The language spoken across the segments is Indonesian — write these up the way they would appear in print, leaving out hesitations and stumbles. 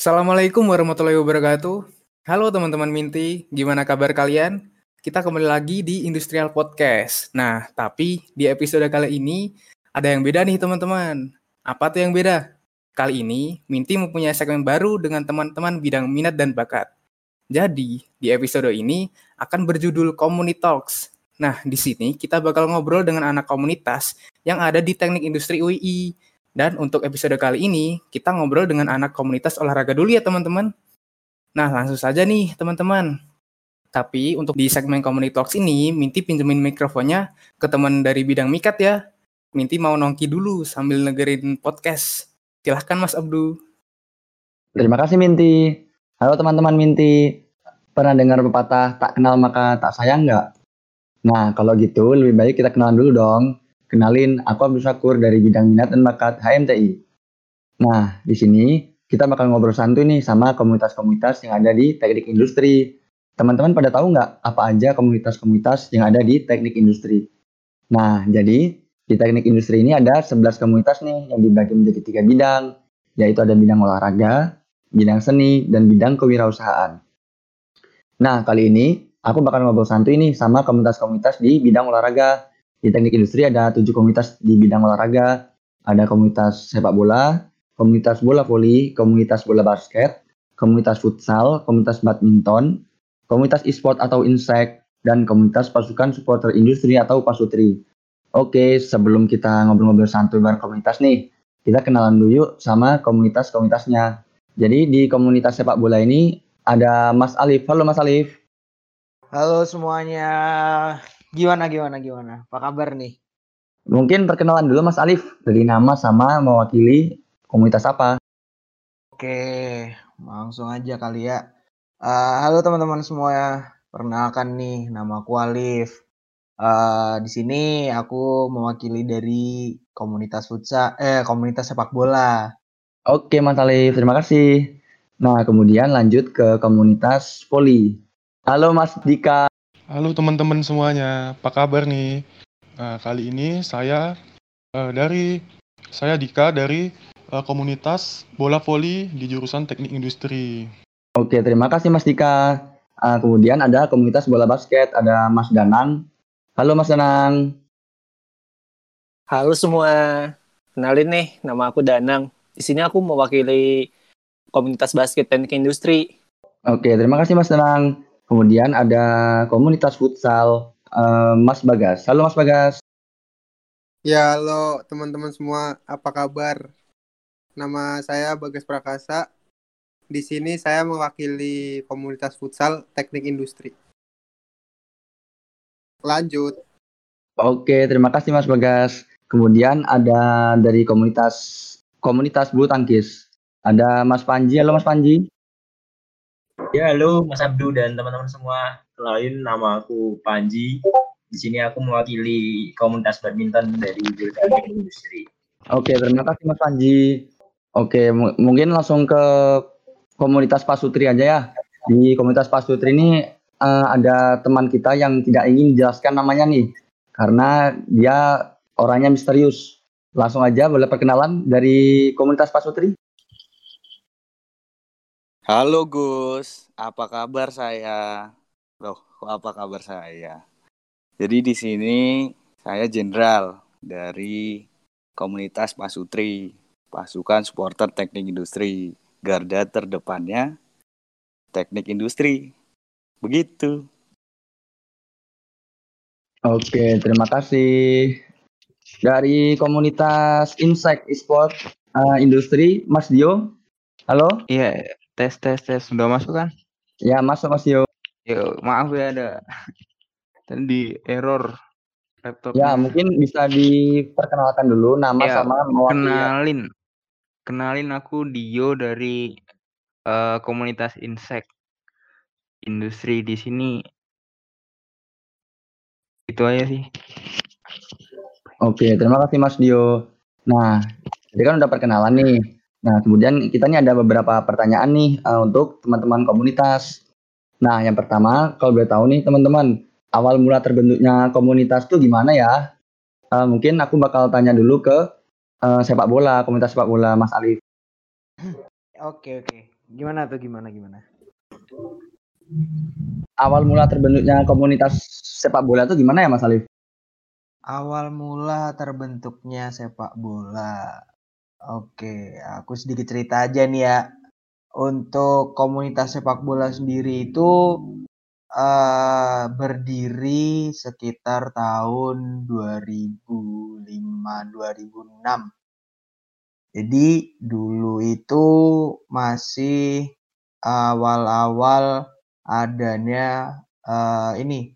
Assalamualaikum warahmatullahi wabarakatuh. Halo teman-teman Minty, gimana kabar kalian? Kita kembali lagi di Industrial Podcast. Nah, tapi di episode kali ini ada yang beda nih teman-teman. Apa tuh yang beda? Kali ini Minty mempunyai segmen baru dengan teman-teman bidang minat dan bakat. Jadi, di episode ini akan berjudul Community Talks. Nah, di sini kita bakal ngobrol dengan anak komunitas yang ada di Teknik Industri UI. Dan untuk episode kali ini, kita ngobrol dengan anak komunitas olahraga dulu ya teman-teman. Nah, langsung saja nih teman-teman. Tapi untuk di segmen Community Talks ini, Minty pinjemin mikrofonnya ke teman dari bidang mikat ya. Minty mau nongki dulu sambil negerin podcast. Silahkan Mas Abdu. Terima kasih Minty. Halo teman-teman Minty. Pernah dengar pepatah tak kenal maka tak sayang nggak? Nah, kalau gitu lebih baik kita kenalan dulu dong. Kenalin, aku Abdul Syakur dari bidang minat dan bakat HMTI. Nah, di sini kita bakal ngobrol santuy nih sama komunitas-komunitas yang ada di teknik industri. Teman-teman pada tahu nggak apa aja komunitas-komunitas yang ada di teknik industri? Nah, jadi di teknik industri ini ada 11 komunitas nih yang dibagi menjadi 3 bidang, yaitu ada bidang olahraga, bidang seni, dan bidang kewirausahaan. Nah, kali ini aku bakal ngobrol santuy nih sama komunitas-komunitas di bidang olahraga. Di teknik industri ada 7 komunitas di bidang olahraga. Ada komunitas sepak bola, komunitas bola voli, komunitas bola basket, komunitas futsal, komunitas badminton, komunitas e-sport atau insek, dan komunitas pasukan supporter industri atau pasutri. Oke, sebelum kita ngobrol-ngobrol santuy bareng komunitas nih, kita kenalan dulu yuk sama komunitas-komunitasnya. Jadi di komunitas sepak bola ini ada Mas Alif. Halo Mas Alif. Halo semuanya. Gimana? Apa kabar nih? Mungkin perkenalan dulu Mas Alif. Dari nama sama mewakili komunitas apa? Oke, langsung aja kali ya. Halo teman-teman semua. Perkenalkan nih, nama aku Alif. Di sini aku mewakili dari komunitas komunitas sepak bola. Oke Mas Alif, terima kasih. Nah, kemudian lanjut ke komunitas voli. Halo Mas Dika. Halo teman-teman semuanya, apa kabar nih? Kali ini saya Dika dari komunitas bola voli di jurusan Teknik Industri. Oke, terima kasih Mas Dika. Kemudian ada komunitas bola basket, ada Mas Danang. Halo Mas Danang. Halo semua, kenalin nih, nama aku Danang. Di sini aku mewakili komunitas basket teknik industri. Oke, terima kasih Mas Danang. Kemudian ada komunitas futsal, Mas Bagas. Halo Mas Bagas. Ya, halo teman-teman semua, apa kabar? Nama saya Bagas Prakasa. Di sini saya mewakili komunitas futsal teknik industri. Lanjut. Oke, terima kasih Mas Bagas. Kemudian ada dari komunitas bulu tangkis. Ada Mas Panji. Halo Mas Panji. Ya, halo Mas Abdu dan teman-teman semua. Kenalin, nama aku Panji. Di sini aku mewakili komunitas badminton dari jurusan Teknik Industri. Oke, terima kasih Mas Panji. Oke, mungkin langsung ke komunitas pasutri aja ya. Di komunitas pasutri ini ada teman kita yang tidak ingin dijelaskan namanya nih, karena dia orangnya misterius. Langsung aja boleh perkenalan dari komunitas pasutri. Halo Gus, apa kabar saya? Loh, kok apa kabar saya? Jadi di sini saya jenderal dari komunitas Pasutri, pasukan supporter teknik industri. Garda terdepannya teknik industri. Begitu. Oke, terima kasih. Dari komunitas Insek Esport Industri, Mas Dio. Halo? Iya, tes. Sudah masuk kan? Ya, masuk Mas Dio. Yo, maaf ya ada tadi error laptop. Ya, mungkin bisa diperkenalkan dulu nama ya, sama mewakili. Kenalin aku Dio dari komunitas Insek Industri di sini. Itu aja sih. Oke, terima kasih Mas Dio. Nah, jadi kan udah perkenalan nih. Nah, kemudian kita nih ada beberapa pertanyaan nih untuk teman-teman komunitas. Nah, yang pertama, kalau boleh tahu nih teman-teman, awal mula terbentuknya komunitas tuh gimana ya? Mungkin aku bakal tanya dulu ke komunitas sepak bola, Mas Alif. Oke. Gimana tuh gimana? Awal mula terbentuknya komunitas sepak bola itu gimana ya Mas Alif? Awal mula terbentuknya sepak bola. Oke, aku sedikit cerita aja nih ya. Untuk komunitas sepak bola sendiri itu berdiri sekitar tahun 2005-2006. Jadi dulu itu masih awal-awal adanya ini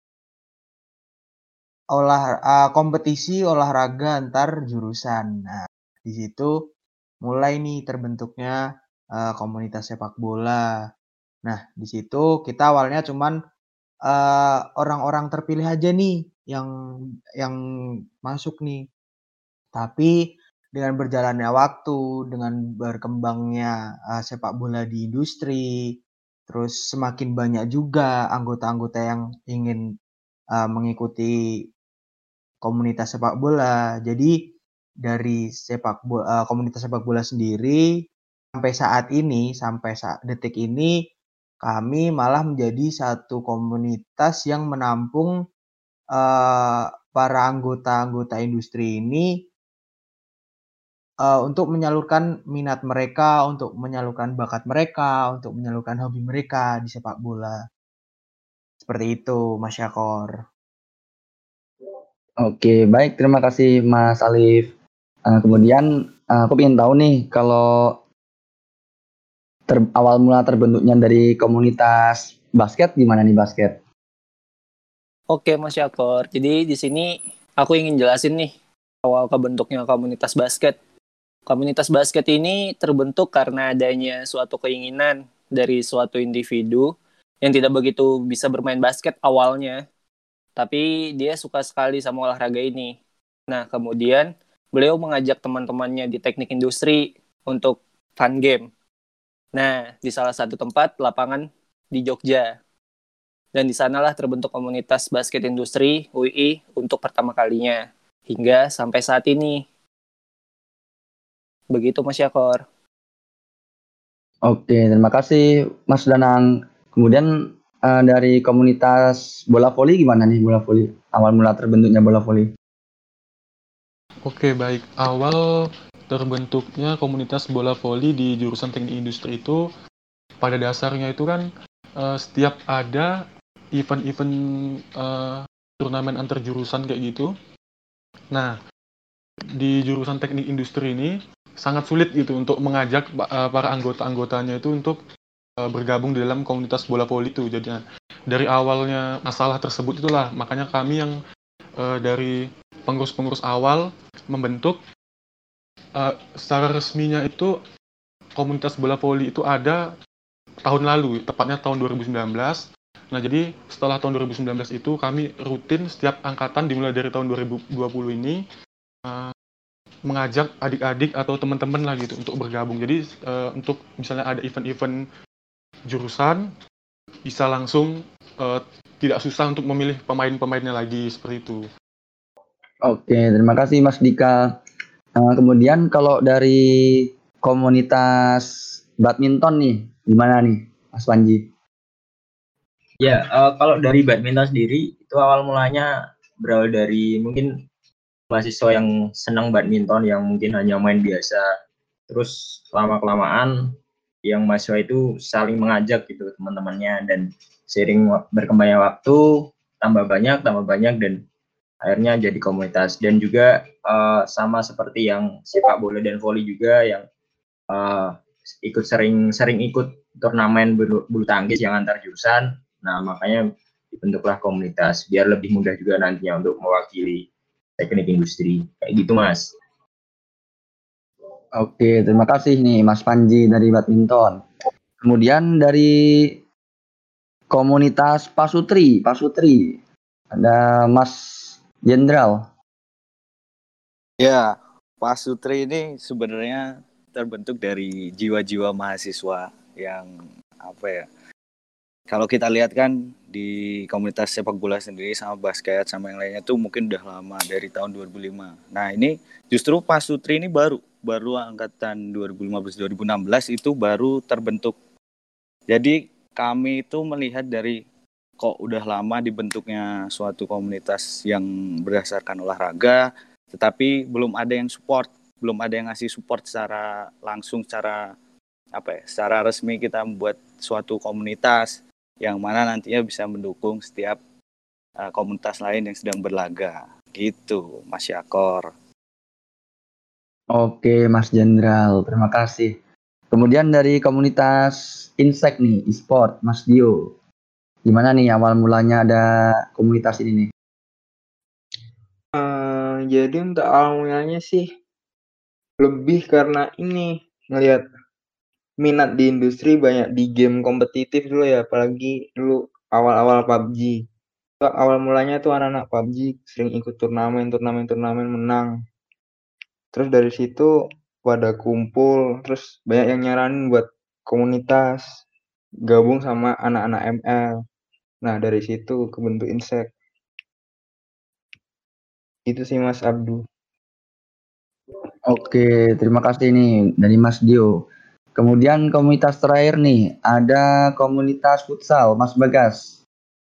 kompetisi olahraga antar jurusan. Nah, di situ mulai nih terbentuknya komunitas sepak bola. Nah, di situ kita awalnya cuman orang-orang terpilih aja nih yang masuk nih. Tapi dengan berjalannya waktu, dengan berkembangnya sepak bola di industri, terus semakin banyak juga anggota-anggota yang ingin mengikuti komunitas sepak bola. Jadi dari komunitas sepak bola sendiri sampai saat detik ini kami malah menjadi satu komunitas yang menampung para anggota-anggota industri ini untuk menyalurkan minat mereka, untuk menyalurkan bakat mereka, untuk menyalurkan hobi mereka di sepak bola. Seperti itu, Mas Syakor. Oke, baik, terima kasih Mas Alif. Kemudian aku ingin tahu nih kalau awal mula terbentuknya dari komunitas basket gimana nih basket? Oke, Mas Syakor. Jadi di sini aku ingin jelasin nih awal kebentuknya komunitas basket. Komunitas basket ini terbentuk karena adanya suatu keinginan dari suatu individu yang tidak begitu bisa bermain basket awalnya, tapi dia suka sekali sama olahraga ini. Nah, kemudian beliau mengajak teman-temannya di teknik industri untuk fun game. Nah, di salah satu tempat lapangan di Jogja. Dan di sanalah terbentuk komunitas basket industri UI untuk pertama kalinya. Hingga sampai saat ini. Begitu Mas Syakor. Oke, terima kasih Mas Danang. Kemudian dari komunitas bola voli gimana nih bola voli? Awal mula terbentuknya bola voli. Oke, baik. Awal terbentuknya komunitas bola voli di jurusan teknik industri itu pada dasarnya itu kan setiap ada event-event turnamen antar jurusan kayak gitu. Nah, di jurusan teknik industri ini sangat sulit gitu untuk mengajak para anggota-anggotanya itu untuk bergabung di dalam komunitas bola voli itu. Jadi dari awalnya masalah tersebut itulah makanya kami yang dari pengurus-pengurus awal membentuk secara resminya itu komunitas bola voli itu ada tahun lalu, tepatnya tahun 2019. Nah, jadi setelah tahun 2019 itu kami rutin setiap angkatan dimulai dari tahun 2020 ini mengajak adik-adik atau teman-teman lah gitu untuk bergabung. Jadi untuk misalnya ada event-event jurusan bisa langsung tidak susah untuk memilih pemain-pemainnya lagi seperti itu. Oke, terima kasih Mas Dika. Kemudian kalau dari komunitas badminton nih, gimana nih Mas Panji? Ya, kalau dari badminton sendiri itu awal mulanya berawal dari mungkin mahasiswa yang senang badminton yang mungkin hanya main biasa. Terus lama-kelamaan yang mahasiswa itu saling mengajak gitu teman-temannya dan seiring berkembangnya waktu tambah banyak dan akhirnya jadi komunitas. Dan juga sama seperti yang sepak bola dan voli juga yang sering ikut turnamen bulu tangkis yang antar jurusan. Nah, makanya dibentuklah komunitas biar lebih mudah juga nantinya untuk mewakili teknik industri. Kayak gitu, Mas. Oke, terima kasih nih Mas Panji dari badminton. Kemudian dari komunitas Pasutri ada Mas Jenderal. Ya, Pasutri ini sebenarnya terbentuk dari jiwa-jiwa mahasiswa yang apa ya, Kalau kita lihat kan di komunitas sepak bola sendiri sama basket sama yang lainnya tuh mungkin udah lama dari tahun 2005. Nah ini justru Pak Sutri ini baru angkatan 2015-2016 itu baru terbentuk. Jadi kami itu melihat dari kok udah lama dibentuknya suatu komunitas yang berdasarkan olahraga, tetapi belum ada yang support, belum ada yang ngasih support secara langsung, secara resmi kita membuat suatu komunitas yang mana nantinya bisa mendukung setiap komunitas lain yang sedang berlaga. Gitu, Mas Yakor. Oke, Mas Jenderal, terima kasih. Kemudian dari komunitas Insek nih, e-sport, Mas Dio. Gimana nih awal mulanya ada komunitas ini nih? Jadi untuk awal mulanya sih lebih karena ini ngelihat minat di industri banyak di game kompetitif dulu ya, apalagi dulu awal-awal PUBG. Awal mulanya tuh anak-anak PUBG sering ikut turnamen menang. Terus dari situ pada kumpul, terus banyak yang nyaranin buat komunitas, gabung sama anak-anak ML. Nah dari situ kebentuk Insek. Itu sih Mas Abdu. Oke, terima kasih nih dari Mas Dio. Kemudian komunitas terakhir nih, ada komunitas futsal, Mas Bagas.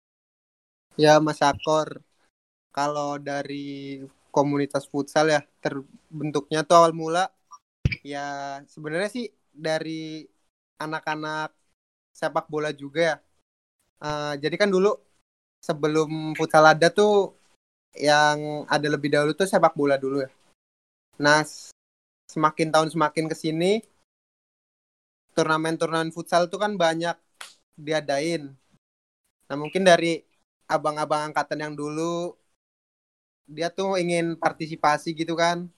Ya, Mas Akor. Kalau dari komunitas futsal ya terbentuknya tuh awal mula ya sebenarnya sih dari anak-anak sepak bola juga ya. Jadi kan dulu sebelum futsal ada tuh yang ada lebih dahulu tuh sepak bola dulu ya. Nah, semakin tahun semakin kesini turnamen-turnamen futsal tuh kan banyak diadain. Nah, mungkin dari abang-abang angkatan yang dulu dia tuh ingin partisipasi gitu kan.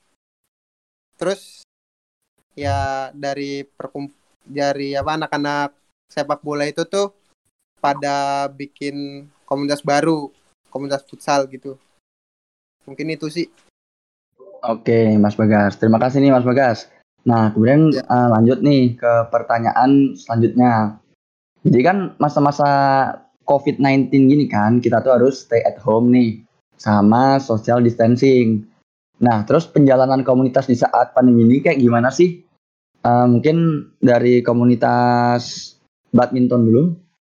Terus ya dari anak-anak sepak bola itu tuh pada bikin komunitas baru, komunitas futsal gitu. Mungkin itu sih. Oke, Mas Bagas. Terima kasih nih Mas Bagas. Nah, kemudian Ya. lanjut nih ke pertanyaan selanjutnya. Jadi kan masa-masa COVID-19 gini kan, kita tuh harus stay at home nih, sama social distancing. Nah, terus penjalanan komunitas di saat pandemi ini kayak gimana sih? Mungkin dari komunitas badminton dulu.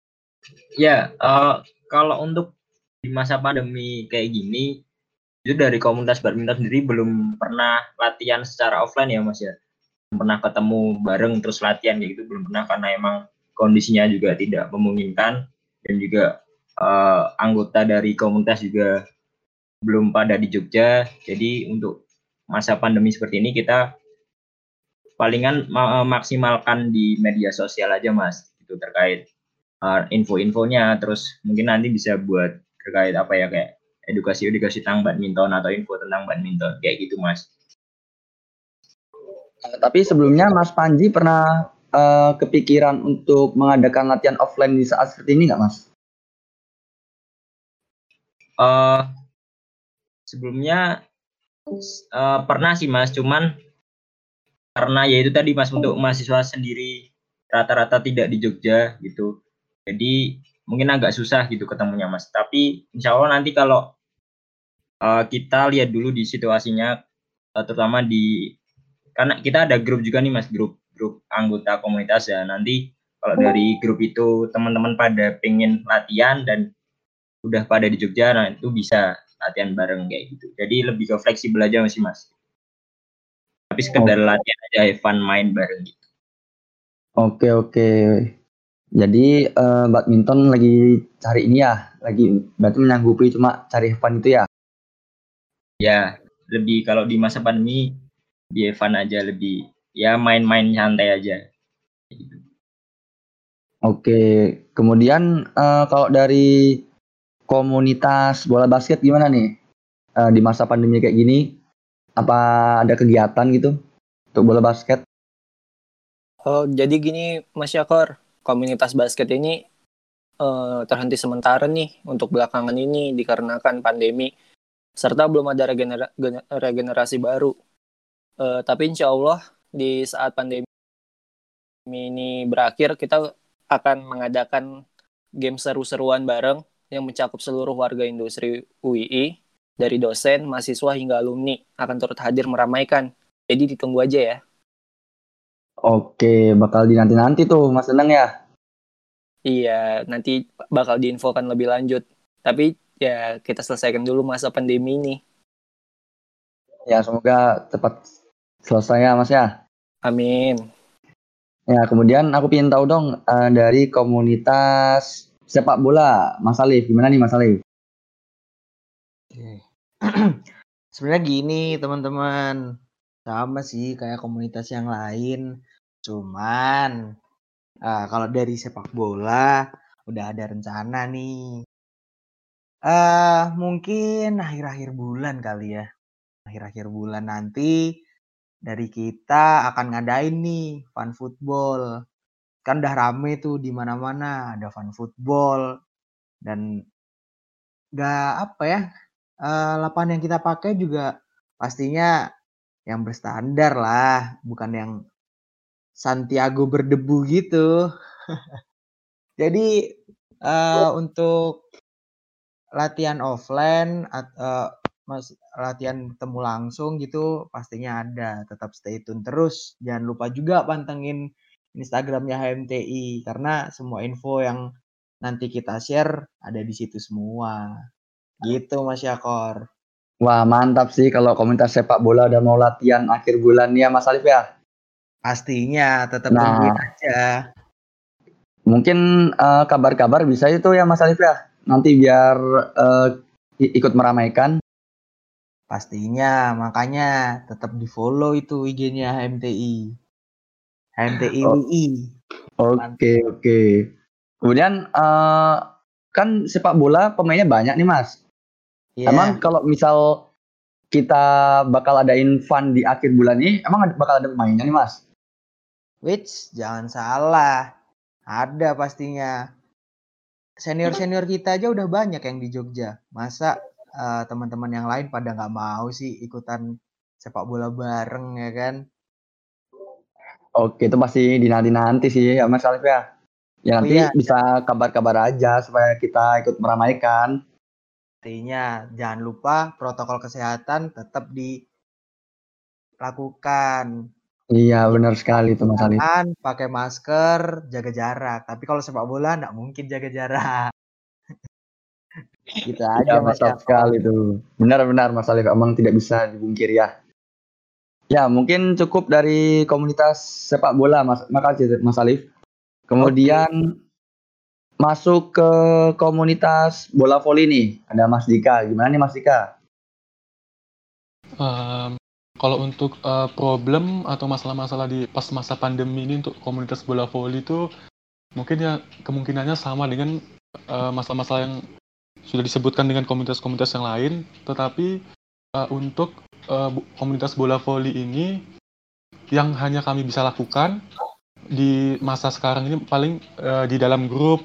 Ya, kalau untuk di masa pandemi kayak gini, itu dari komunitas badminton sendiri belum pernah latihan secara offline ya Mas ya. Belum pernah ketemu bareng terus latihan kayak gitu, belum pernah karena emang kondisinya juga tidak memungkinkan dan juga anggota dari komunitas juga belum pada di Jogja. Jadi untuk masa pandemi seperti ini kita palingan maksimalkan di media sosial aja Mas, itu terkait info-infonya, terus mungkin nanti bisa buat terkait apa ya kayak edukasi tentang badminton atau info tentang badminton kayak gitu Mas. Tapi sebelumnya Mas Panji pernah kepikiran untuk mengadakan latihan offline di saat seperti ini nggak Mas? Sebelumnya pernah sih Mas, cuman karena ya itu tadi Mas untuk mahasiswa sendiri rata-rata tidak di Jogja gitu, jadi mungkin agak susah gitu ketemunya Mas. Tapi insya Allah nanti kalau kita lihat dulu di situasinya, terutama karena kita ada grup juga nih Mas, grup anggota komunitas ya. Nanti kalau dari grup itu teman-teman pada pengen latihan dan udah pada di Jogja, nah itu bisa latihan bareng kayak gitu. Jadi lebih ke fleksibel aja masih Mas. Tapi sekedar latihan aja, have fun main bareng gitu. Oke. Jadi badminton lagi cari ini ya, lagi berarti menyanggupi cuma cari fun itu ya? Ya, lebih kalau di masa pandemi di have fun aja, lebih ya main-main santai aja. Gitu. Oke, kemudian kalau dari komunitas bola basket gimana nih di masa pandemi kayak gini? Apa ada kegiatan gitu untuk bola basket? Oh, jadi gini Mas Yakor, komunitas basket ini terhenti sementara nih untuk belakangan ini dikarenakan pandemi serta belum ada regenerasi baru. Tapi insya Allah di saat pandemi ini berakhir kita akan mengadakan game seru-seruan bareng yang mencakup seluruh warga industri UII, dari dosen, mahasiswa hingga alumni akan turut hadir meramaikan. Jadi ditunggu aja ya. Oke, bakal dinanti-nanti tuh Mas Seneng ya. Iya, nanti bakal diinfokan lebih lanjut. Tapi ya kita selesaikan dulu masa pandemi ini. Ya, semoga cepat selesai ya Mas ya. Amin. Ya, kemudian aku pengen tahu dong dari komunitas sepak bola, Mas Alif. Gimana nih Mas Alif? Oke. Sebenarnya gini teman-teman, sama sih kayak komunitas yang lain. Cuman kalau dari sepak bola udah ada rencana nih. Mungkin akhir-akhir bulan kali ya. Akhir-akhir bulan nanti dari kita akan ngadain nih fun football. Kan udah rame tuh di mana-mana ada fun football dan nggak apa ya, lapangan yang kita pakai juga pastinya yang berstandar lah, bukan yang Santiago berdebu gitu. Jadi untuk latihan offline latihan ketemu langsung gitu pastinya ada. Tetap stay tune terus. Jangan lupa juga pantengin Instagramnya HMTI karena semua info yang nanti kita share ada di situ semua. Gitu Mas Yakor. Wah, mantap sih kalau komunitas sepak bola udah mau latihan akhir bulan nih ya Mas Alif ya. Pastinya tetap Nah, tungguin aja. mungkin kabar-kabar bisa itu ya Mas Alif ya. Nanti biar ikut meramaikan. Pastinya, makanya tetap di-follow itu IG-nya HMTI. HMTI Oh, UI. Oke. Kemudian kan sepak bola pemainnya banyak nih Mas. Iya. Emang kalau misal kita bakal adain fun di akhir bulan ini, emang bakal ada pemainnya nih Mas? Which jangan salah. Ada pastinya. Senior-senior kita aja udah banyak yang di Jogja. Masa teman-teman yang lain pada nggak mau sih ikutan sepak bola bareng ya kan? Oke, itu pasti dinanti-nanti sih ya Mas Alif ya. Ya Oh nanti iya, bisa kabar-kabar aja supaya kita ikut meramaikan. artinya jangan lupa protokol kesehatan tetap dilakukan. Iya, Jaga benar sekali tuh Mas Alif. tangan, pakai masker, jaga jarak. Tapi kalau sepak bola nggak mungkin jaga jarak. Gitu aja Ya, Mas mantap Yako. sekali tuh. Benar-benar Mas Alif, emang tidak bisa dipungkiri ya. Ya, mungkin cukup dari komunitas sepak bola, Mas. Makasih, Mas Alif. Kemudian masuk ke komunitas bola voli nih. Ada Mas Dika. Gimana nih Mas Dika? Kalau untuk problem atau masalah-masalah di pas masa pandemi ini untuk komunitas bola voli itu mungkin ya kemungkinannya sama dengan masalah-masalah yang sudah disebutkan dengan komunitas-komunitas yang lain, tetapi untuk komunitas bola voli ini yang hanya kami bisa lakukan di masa sekarang ini paling di dalam grup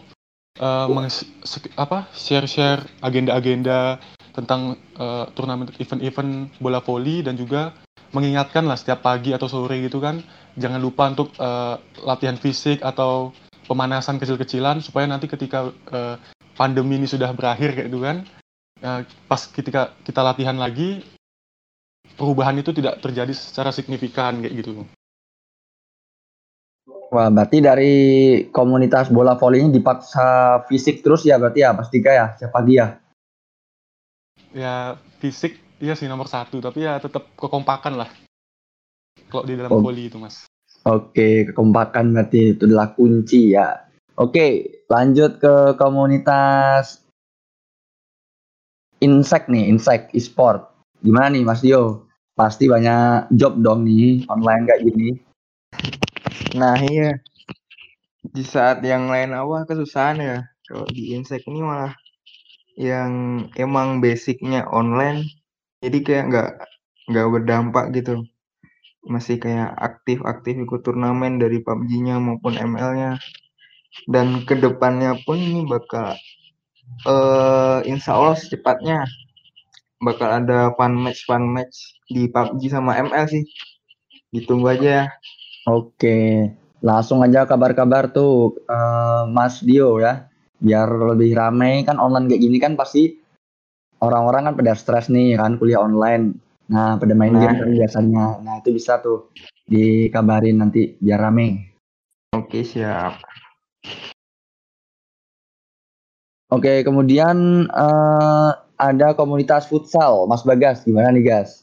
share-share agenda-agenda tentang turnamen event-event bola voli dan juga mengingatkan lah setiap pagi atau sore gitu kan jangan lupa untuk latihan fisik atau pemanasan kecil-kecilan supaya nanti ketika pandemi ini sudah berakhir kayak gitu kan pas ketika kita latihan lagi perubahan itu tidak terjadi secara signifikan kayak gitu. Wah, berarti dari komunitas bola voli ini dipaksa fisik terus ya berarti ya, Mas Dika ya, siapa dia? Ya fisik iya sih nomor satu, tapi ya tetap kekompakan lah kalau di dalam voli itu Mas. Oke, kekompakan berarti itu adalah kunci ya. Oke, lanjut ke komunitas Insek nih, Insek e-sport. Gimana nih Mas Dio? Pasti banyak job dong nih online kayak gini. Nah iya, di saat yang lain awal kesusahan ya. Kalau di Insek ini malah yang emang basicnya online, jadi kayak nggak berdampak gitu. Masih kayak aktif ikut turnamen dari PUBG-nya maupun ML-nya. Dan kedepannya pun ini bakal insya Allah secepatnya bakal ada fun match di PUBG sama ML sih. Ditunggu aja. Oke, langsung aja kabar-kabar tuh Mas Dio ya. biar lebih ramai. Kan online kayak gini kan pasti orang-orang kan pada stres nih kan kuliah online. Nah, pada main game kan biasanya. Nah, itu bisa tuh dikabarin nanti biar rame. Oke, siap. Oke, kemudian ada komunitas futsal. Mas Bagas, gimana nih, Gas?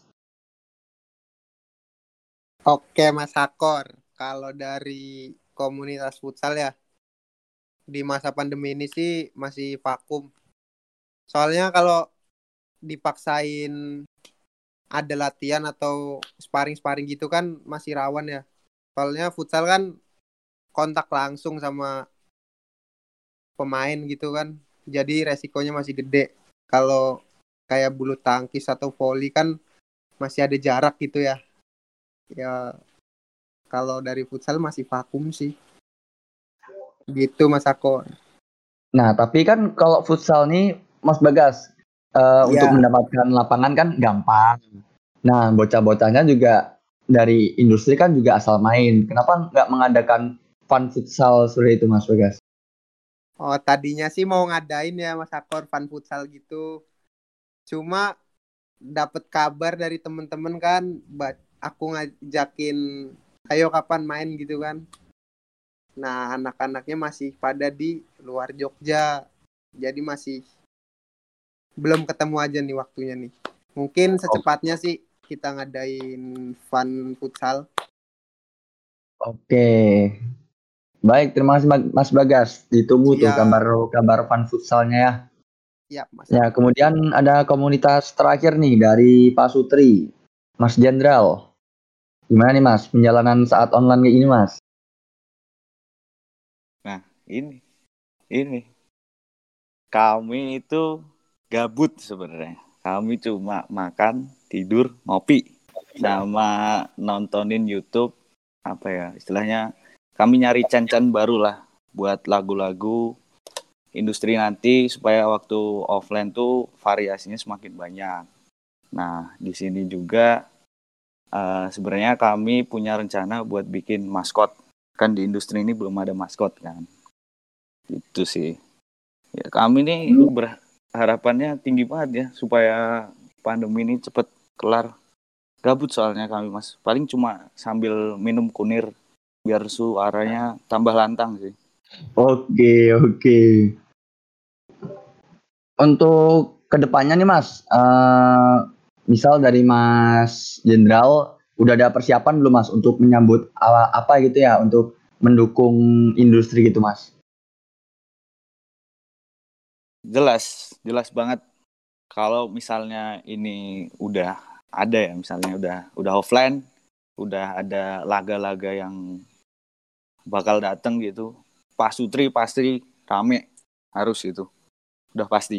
Oke, Mas Hakor. Kalau dari komunitas futsal ya, di masa pandemi ini sih masih vakum. Soalnya kalau dipaksain ada latihan atau sparring-sparring gitu kan masih rawan ya. Soalnya futsal kan kontak langsung sama pemain gitu kan. Jadi resikonya masih gede. Kalau kayak bulu tangkis atau voli kan masih ada jarak gitu ya. Ya kalau dari futsal masih vakum sih. Gitu Mas Akor. Nah, tapi kan kalau futsal nih, Mas Bagas, untuk mendapatkan lapangan kan gampang. Nah, bocah-bocahnya juga dari industri kan juga asal main. Kenapa nggak mengadakan fun futsal seperti itu, Mas Bagas? Oh, tadinya sih mau ngadain ya Mas Akor fun futsal gitu. Cuma dapat kabar dari temen-temen kan, aku ngajakin, ayo kapan main gitu kan. Nah, anak-anaknya masih pada di luar Jogja. Jadi masih belum ketemu aja nih waktunya nih. Mungkin secepatnya sih kita ngadain fun futsal. Oke. Baik, terima kasih Mas Bagas. Ditunggu tuh kabar fun futsalnya ya. Siap, Mas. Ya, kemudian ada komunitas terakhir nih dari Pak Sutri, Mas Jenderal. Gimana nih Mas, penjalanan saat online kayak gini Mas? Nah, ini. Kami itu gabut sebenarnya. Kami cuma makan, tidur, ngopi, sama nontonin YouTube. Apa ya, istilahnya kami nyari can-can baru lah buat lagu-lagu industri nanti supaya waktu offline tuh variasinya semakin banyak. Nah, di sini juga sebenarnya kami punya rencana buat bikin maskot. Kan di industri ini belum ada maskot kan. Itu sih. Ya, kami nih berharapannya tinggi banget ya supaya pandemi ini cepet kelar. Gabut soalnya kami Mas. Paling cuma sambil minum kunir biar suaranya tambah lantang sih. Oke. Untuk kedepannya nih Mas, misal dari Mas Jenderal, udah ada persiapan belum Mas untuk menyambut apa gitu ya, untuk mendukung industri gitu Mas? Jelas banget. Kalau misalnya ini udah ada ya, misalnya udah offline, udah ada laga-laga yang bakal datang gitu, Pak Sutri pasti rame, harus itu. Udah pasti.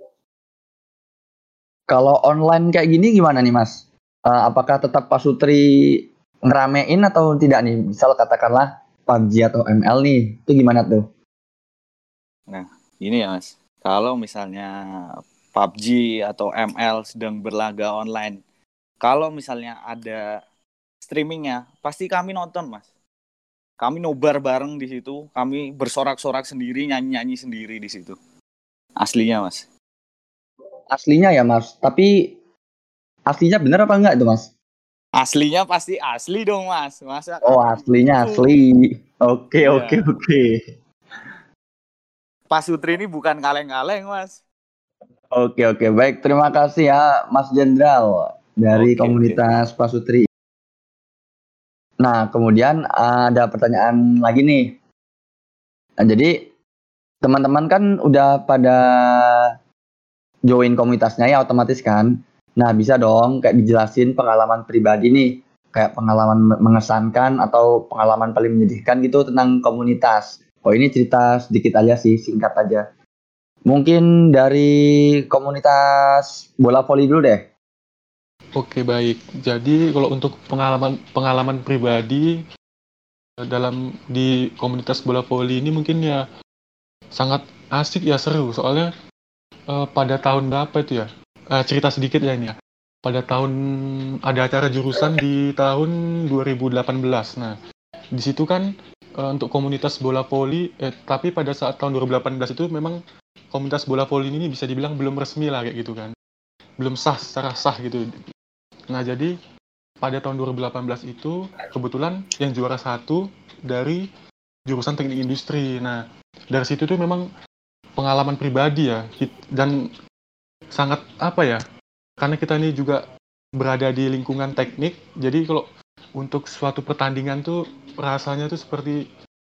Kalau online kayak gini gimana nih Mas? Apakah tetap Pak Sutri ngeramein atau tidak nih? Misal katakanlah PUBG atau ML nih, itu gimana tuh? Nah, ini ya Mas. Kalau misalnya PUBG atau ML sedang berlaga online, kalau misalnya ada streamingnya, pasti kami nonton Mas. Kami nobar bareng di situ, kami bersorak-sorak sendiri, nyanyi-nyanyi sendiri di situ. Aslinya Mas. Aslinya ya Mas, tapi aslinya bener apa enggak itu Mas? Aslinya pasti asli dong Mas. Masa aslinya asli. Oke. Pak Sutri ini bukan kaleng-kaleng Mas. Oke. Baik, terima kasih ya Mas Jenderal dari komunitas Pak Sutri. Nah, kemudian ada pertanyaan lagi nih. Nah, jadi teman-teman kan udah pada join komunitasnya ya otomatis kan. Nah, bisa dong kayak dijelasin pengalaman pribadi nih, kayak pengalaman mengesankan atau pengalaman paling menyedihkan gitu tentang komunitas. Oh, ini cerita sedikit aja sih, singkat aja. Mungkin dari komunitas bola voli dulu deh. Oke, baik. Jadi kalau untuk pengalaman pribadi di komunitas bola voli ini mungkin ya sangat asik ya, seru. Soalnya pada tahun berapa itu ya? Cerita sedikit ya ini ya. Pada tahun ada acara jurusan di tahun 2018. Nah, di situ kan untuk komunitas bola voli, tapi pada saat tahun 2018 itu memang komunitas bola voli ini bisa dibilang belum resmi lah kayak gitu kan. Belum sah secara sah gitu. Nah, jadi pada tahun 2018 itu kebetulan yang juara 1 dari jurusan teknik industri. Nah, dari situ tuh memang pengalaman pribadi ya, dan sangat apa ya, karena kita ini juga berada di lingkungan teknik, jadi kalau untuk suatu pertandingan tuh rasanya tuh seperti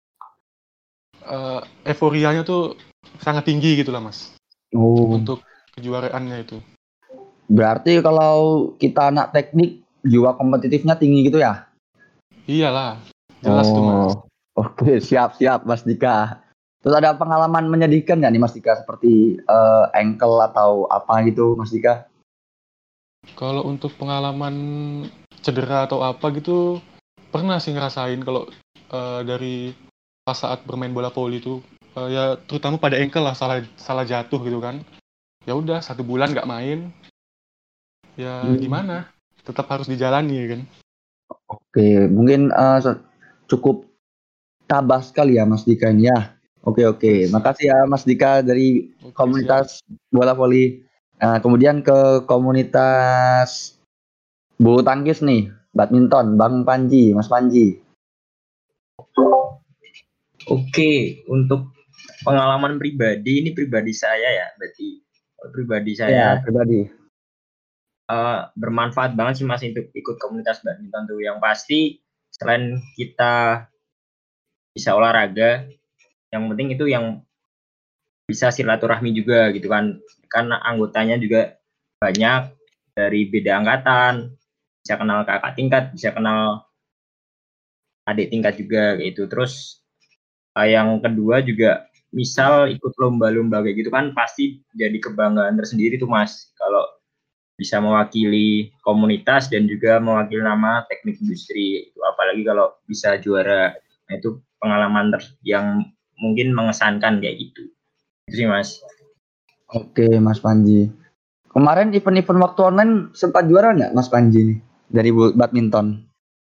euforianya tuh sangat tinggi gitu lah Mas, Oh, untuk kejuaraannya itu. berarti kalau kita anak teknik, jiwa kompetitifnya tinggi gitu ya? Iyalah, jelas tuh Mas. Oke, siap Mas Dika. Terus ada pengalaman menyedihkan nggak nih Mas Dika, seperti ankle atau apa gitu Mas Dika? Kalau untuk pengalaman cedera atau apa gitu, pernah sih ngerasain kalau dari pas saat bermain bola voli itu, ya terutama pada ankle lah, salah jatuh gitu kan. Ya udah 1 bulan nggak main, ya gimana? Tetap harus dijalani ya kan. Oke, mungkin cukup tabah sekali ya Mas Dika ini ya. Oke. Makasih ya Mas Dika dari komunitas bola voli. Nah, kemudian ke komunitas bulu tangkis nih, badminton, Bang Panji, Mas Panji. Oke, untuk pengalaman pribadi, ini pribadi saya ya, berarti pribadi saya pribadi. Bermanfaat banget sih Mas untuk ikut komunitas badminton tuh. Yang pasti selain kita bisa olahraga, yang penting itu yang bisa silaturahmi juga gitu kan, karena anggotanya juga banyak dari beda angkatan, bisa kenal kakak tingkat, bisa kenal adik tingkat juga gitu. Terus yang kedua juga misal ikut lomba-lomba kayak gitu kan pasti jadi kebanggaan tersendiri tuh Mas, kalau bisa mewakili komunitas dan juga mewakili nama teknik industri itu, apalagi kalau bisa juara. Nah, itu pengalaman yang mungkin mengesankan kayak gitu. Itu sih Mas. Oke Mas Panji. Kemarin event-event waktu online sempat juara nggak Mas Panji nih dari badminton?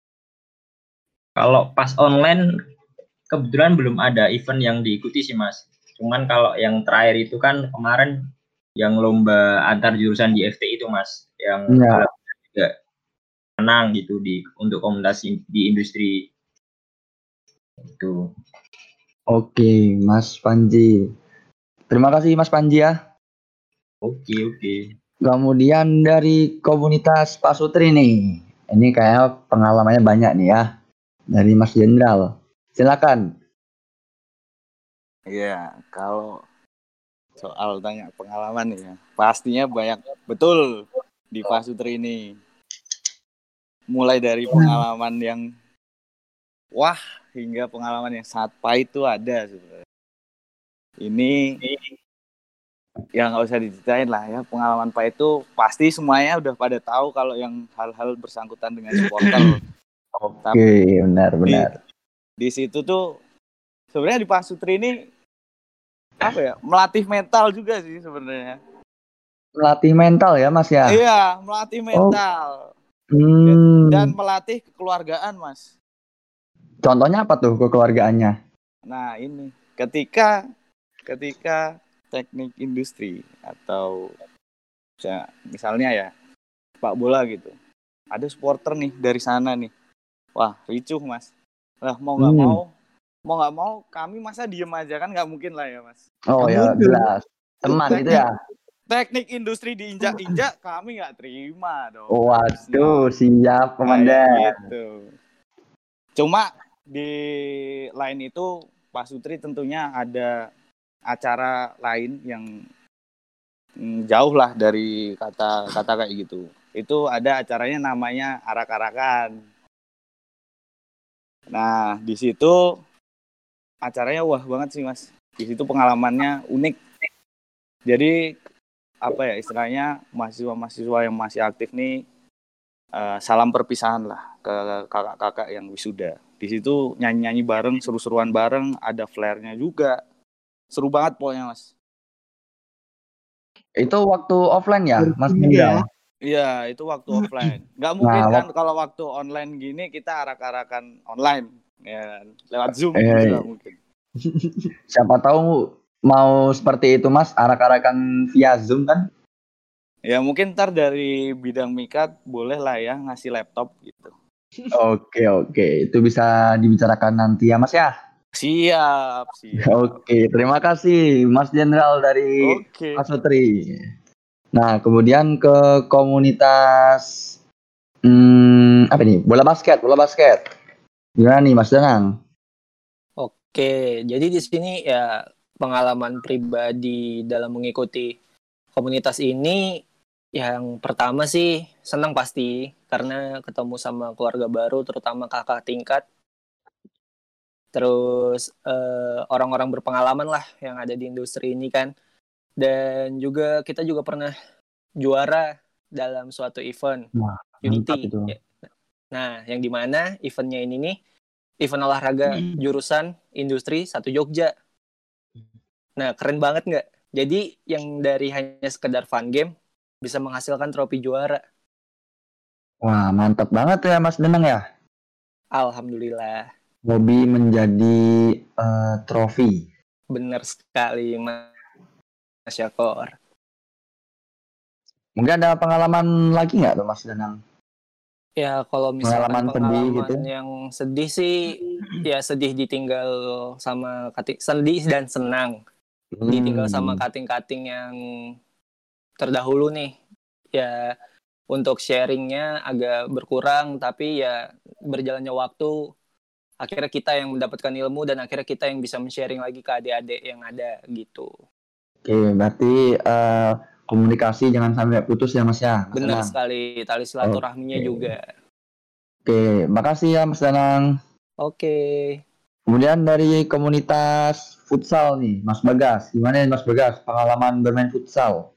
Kalau pas online kebetulan belum ada event yang diikuti sih Mas. Cuman kalau yang terakhir itu kan kemarin yang lomba antar jurusan di FT itu Mas, yang juga menang gitu untuk komunitas di industri itu. Oke Mas Panji. Terima kasih Mas Panji ya. Oke. Kemudian dari komunitas Pak Sutri nih. Ini kayaknya pengalamannya banyak nih ya. Dari Mas Jenderal. Silakan. Iya, kalau soal tanya pengalaman ya, pastinya banyak betul di Pak Sutri ini. Mulai dari pengalaman yang wah hingga pengalaman yang sangat pahit itu ada sebenarnya. Ini yang nggak usah diceritain lah ya, pengalaman pahit itu pasti semuanya udah pada tahu kalau yang hal-hal bersangkutan dengan supporter. Oke, benar. Di situ tuh sebenarnya di Pak Sutri ini apa ya, melatih mental juga sih sebenarnya. Melatih mental ya Mas ya? Iya, melatih mental. Dan melatih kekeluargaan Mas. Contohnya apa tuh kekeluargaannya? Nah ini, ketika teknik industri atau misalnya ya sepak bola gitu, ada supporter nih dari sana nih, wah ricuh Mas. Lah mau nggak mau kami masa diem aja, kan nggak mungkin lah ya Mas. Oh ya jelas, teman gitu ya. Teknik industri diinjak-injak kami nggak terima dong. Waduh, siap komandan. Gitu. Cuma di lain itu Pak Sutri tentunya ada acara lain yang jauh lah dari kata kayak gitu. Itu ada acaranya namanya arak-arakan. Nah, di situ acaranya wah banget sih Mas. Di situ pengalamannya unik. Jadi apa ya istilahnya, mahasiswa yang masih aktif nih salam perpisahan lah ke kakak-kakak yang wisuda. Di situ nyanyi-nyanyi bareng, seru-seruan bareng, ada flare-nya juga. Seru banget pokoknya Mas. Itu waktu offline ya Mas Jenderal? Iya, itu waktu offline. Nggak mungkin kan kalau waktu online gini kita arak-arakan online. ya lewat Zoom gitu lah mungkin. Siapa tahu mau seperti itu Mas, arak-arakan via Zoom kan? Ya mungkin ntar dari bidang Mikat boleh lah ya ngasih laptop gitu. Oke, itu bisa dibicarakan nanti ya Mas ya. Siap. Oke, terima kasih Mas Jenderal dari Oke. Pasutri. Nah, kemudian ke komunitas apa nih? Bola basket. Gimana nih Mas Danang? Oke, jadi di sini ya pengalaman pribadi dalam mengikuti komunitas ini yang pertama sih senang pasti karena ketemu sama keluarga baru terutama kakak tingkat. Terus orang-orang berpengalaman lah yang ada di industri ini kan. Dan juga kita juga pernah juara dalam suatu event Wah, Unity. itu. Nah, yang dimana eventnya ini nih event olahraga jurusan industri 1 Jogja. Nah, keren banget nggak? Jadi yang dari hanya sekedar fun game bisa menghasilkan trofi juara. Wah, mantap banget ya Mas Danang ya. Alhamdulillah. Hobi menjadi trofi. Benar sekali Mas Syakor. Mungkin ada pengalaman lagi nggak tuh Mas Danang? Ya kalau misalkan Pengalaman sedih gitu. yang sedih sih ya sedih ditinggal sama sedih dan senang. Ditinggal sama kating-kating yang terdahulu nih. Ya untuk sharingnya agak berkurang tapi ya berjalannya waktu akhirnya kita yang mendapatkan ilmu dan akhirnya kita yang bisa men-sharing lagi ke adik-adik yang ada gitu. Oke, berarti komunikasi jangan sampai putus ya Mas ya. Benar sekali, tali silaturahminya juga. Oke, makasih ya Mas Danang. Oke. Kemudian dari komunitas futsal nih, Mas Bagas. Gimana nih Mas Bagas pengalaman bermain futsal?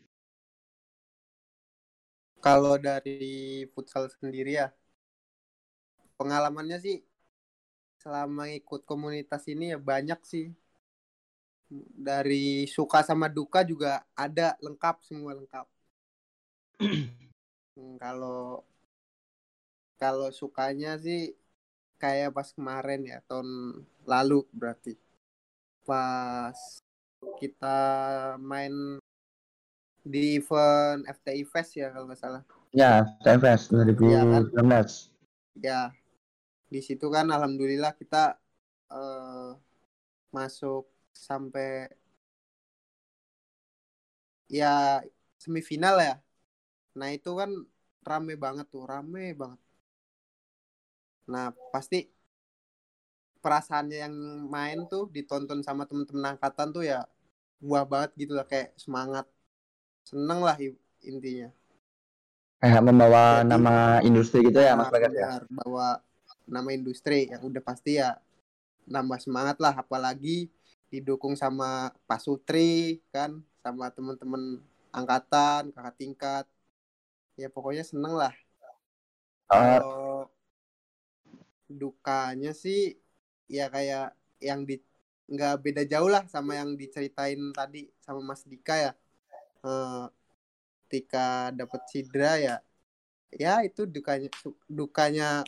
Kalau dari futsal sendiri ya, pengalamannya sih selama ikut komunitas ini ya banyak sih. Dari suka sama duka juga ada, semua lengkap. Kalau sukanya sih kayak pas kemarin ya, tahun lalu berarti. Pas kita main di event FTI Fest ya kalau nggak salah. Ya, FTI Fest 2019. Ya, di situ kan alhamdulillah kita masuk sampai ya semifinal ya. Nah itu kan rame banget. Nah pasti perasaannya yang main tuh ditonton sama temen-temen angkatan tuh ya buah banget gitu lah, kayak semangat, seneng lah intinya. Kayak membawa nama industri gitu ya Mas Bagas ya? Bawa nama industri yang udah pasti ya nambah semangat lah, apalagi didukung sama Pak Sutri kan, sama teman-teman angkatan, kakak tingkat. Ya pokoknya seneng lah. Kalau dukanya sih ya kayak yang nggak beda jauh lah sama yang diceritain tadi sama Mas Dika ya. Ketika dapat cedera ya itu dukanya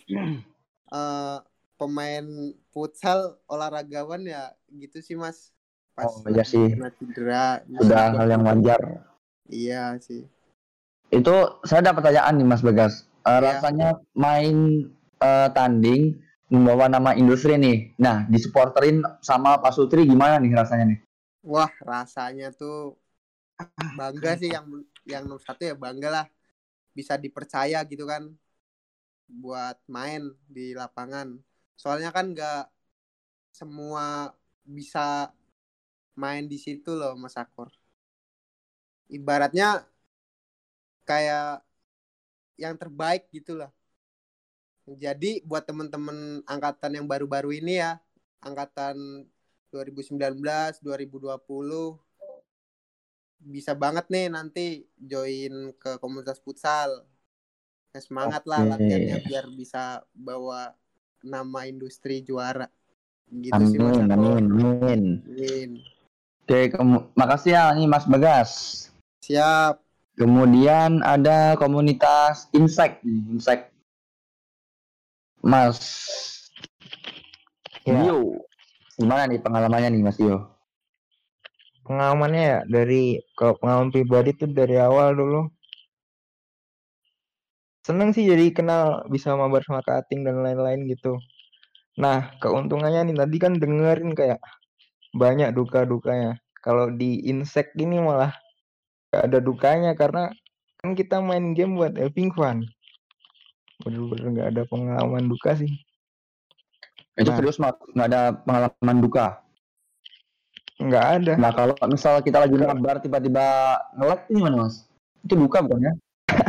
pemain futsal olahragawan ya gitu sih Mas. Pas iya sih. kena cedera. Sudah hal yang wajar. Iya sih. Itu saya ada pertanyaan nih Mas Bagas. Rasanya main tanding membawa nama industri nih. Nah, disupporterin sama Pak Sutri gimana nih rasanya nih? Wah, rasanya tuh bangga sih, yang nomor satu ya bangga lah bisa dipercaya gitu kan buat main di lapangan. Soalnya kan nggak semua bisa main di situ loh Mas Akor. Ibaratnya kayak yang terbaik gitulah. Jadi buat teman-teman angkatan yang baru-baru ini ya, angkatan 2019, 2020 bisa banget nih nanti join ke komunitas futsal. Ya, semangat lah latihannya biar bisa bawa nama industri juara. Gitu amin, sih Mas Akor. Amin. Oke, makasih ya nih Mas Bagas. Siap. Kemudian ada komunitas Insect. Mas Ya, Dio, gimana nih pengalamannya nih Mas Dio? pengalamannya ya dari kalau pengalaman pribadi tuh dari awal dulu seneng sih jadi kenal bisa mabar sama cutting dan lain-lain gitu. Nah, keuntungannya nih tadi kan dengerin kayak banyak duka-dukanya. Kalau di insect ini malah gak ada dukanya karena kan kita main game buat having fun. Bener-bener gak ada pengalaman duka sih. Itu Nah, serius nggak ada pengalaman duka. nggak ada. Nah kalau misal kita lagi mabar tiba-tiba nge-lag itu gimana Mas? Itu duka bukan ya?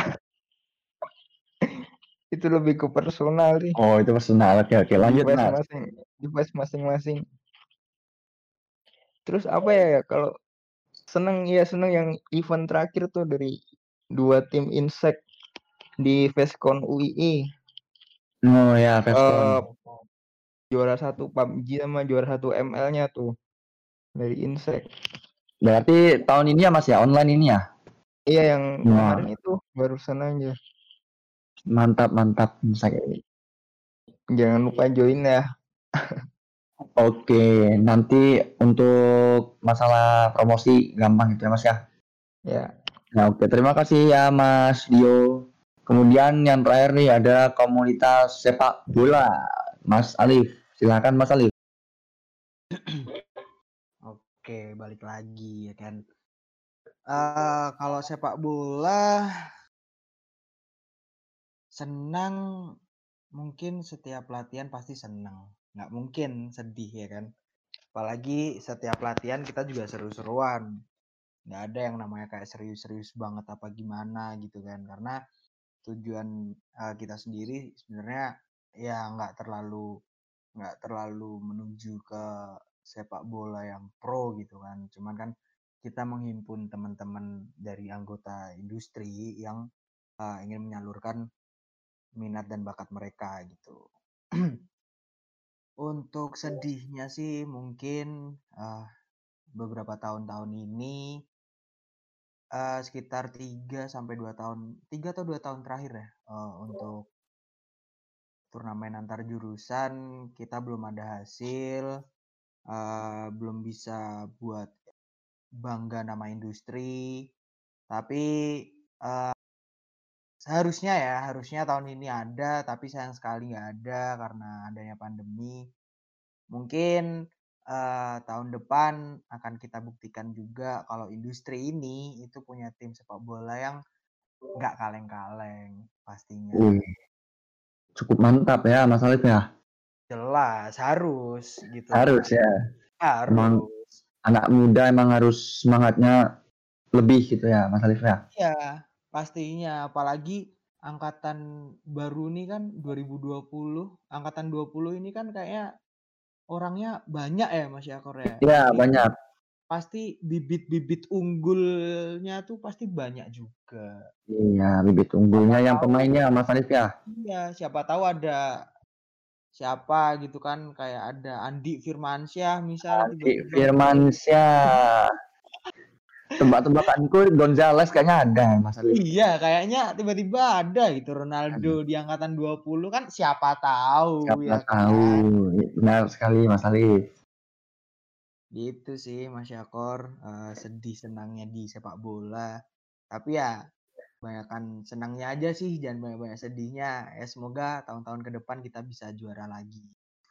Itu lebih ke personal sih. Oh itu personal. Oke lanjut Mas. Di phase masing-masing. Terus apa ya kalau seneng yang event terakhir tuh dari dua tim insect di Facecon UII. Oh ya Facecon. Juara satu PUBG sama juara satu ML-nya tuh dari insect. Berarti tahun ini ya Mas ya online ini ya? Iya yang Wah, kemarin itu barusan aja. mantap. Jangan lupa join ya. Oke, nanti untuk masalah promosi gampang gitu ya Mas ya. Ya. Nah, oke, terima kasih ya Mas Dio. Kemudian yang terakhir nih ada komunitas sepak bola. Mas Alif, silakan Mas Alif. Oke, balik lagi ya kan. Kalau sepak bola senang, mungkin setiap latihan pasti senang. Nggak mungkin sedih ya kan. Apalagi setiap latihan kita juga seru-seruan. Nggak ada yang namanya kayak serius-serius banget apa gimana gitu kan. Karena tujuan kita sendiri sebenarnya ya nggak terlalu menuju ke sepak bola yang pro gitu kan. Cuman kan kita menghimpun teman-teman dari anggota industri yang ingin menyalurkan minat dan bakat mereka gitu. Untuk sedihnya sih mungkin beberapa tahun-tahun ini sekitar 3 atau 2 tahun terakhir ya untuk turnamen antar jurusan kita belum ada hasil, belum bisa buat bangga nama industri. Tapi harusnya tahun ini ada, tapi sayang sekali nggak ada karena adanya pandemi. Mungkin tahun depan akan kita buktikan juga kalau industri ini itu punya tim sepak bola yang nggak kaleng-kaleng pastinya. Cukup mantap ya Mas Alif ya. Jelas harus gitu. Harus ya. Harus. Emang anak muda emang harus semangatnya lebih gitu ya Mas Alif ya. Iya, pastinya. Apalagi angkatan baru ini kan 2020, angkatan 20 ini kan kayaknya orangnya banyak ya Mas Yakor ya. Iya banyak. Pasti bibit-bibit unggulnya tuh pasti banyak juga. Iya bibit unggulnya yang pemainnya Mas Alif ya. Iya, siapa tahu ada siapa gitu kan kayak ada Andi Firmansyah misal Andi Firmansyah. Tebak-tebakanku Gonzales kayaknya ada Mas Alif. Iya, kayaknya tiba-tiba ada gitu Ronaldo di angkatan 20 kan siapa tahu Siapa ya tahu. kan? Benar sekali Mas Alif. Gitu sih Mas Yakor, sedih senangnya di sepak bola. Tapi ya banyakkan senangnya aja sih, jangan banyak-banyak sedihnya. Ya semoga tahun-tahun ke depan kita bisa juara lagi.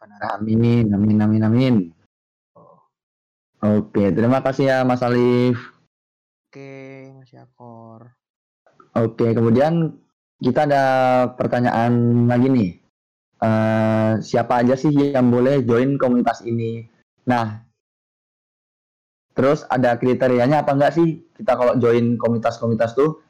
Amin. Oke, terima kasih ya Mas Alif. Oke, Mas Yakor. Oke, kemudian kita ada pertanyaan lagi nih. Siapa aja sih yang boleh join komunitas ini? Nah, terus ada kriterianya apa enggak sih kita kalau join komunitas-komunitas tuh?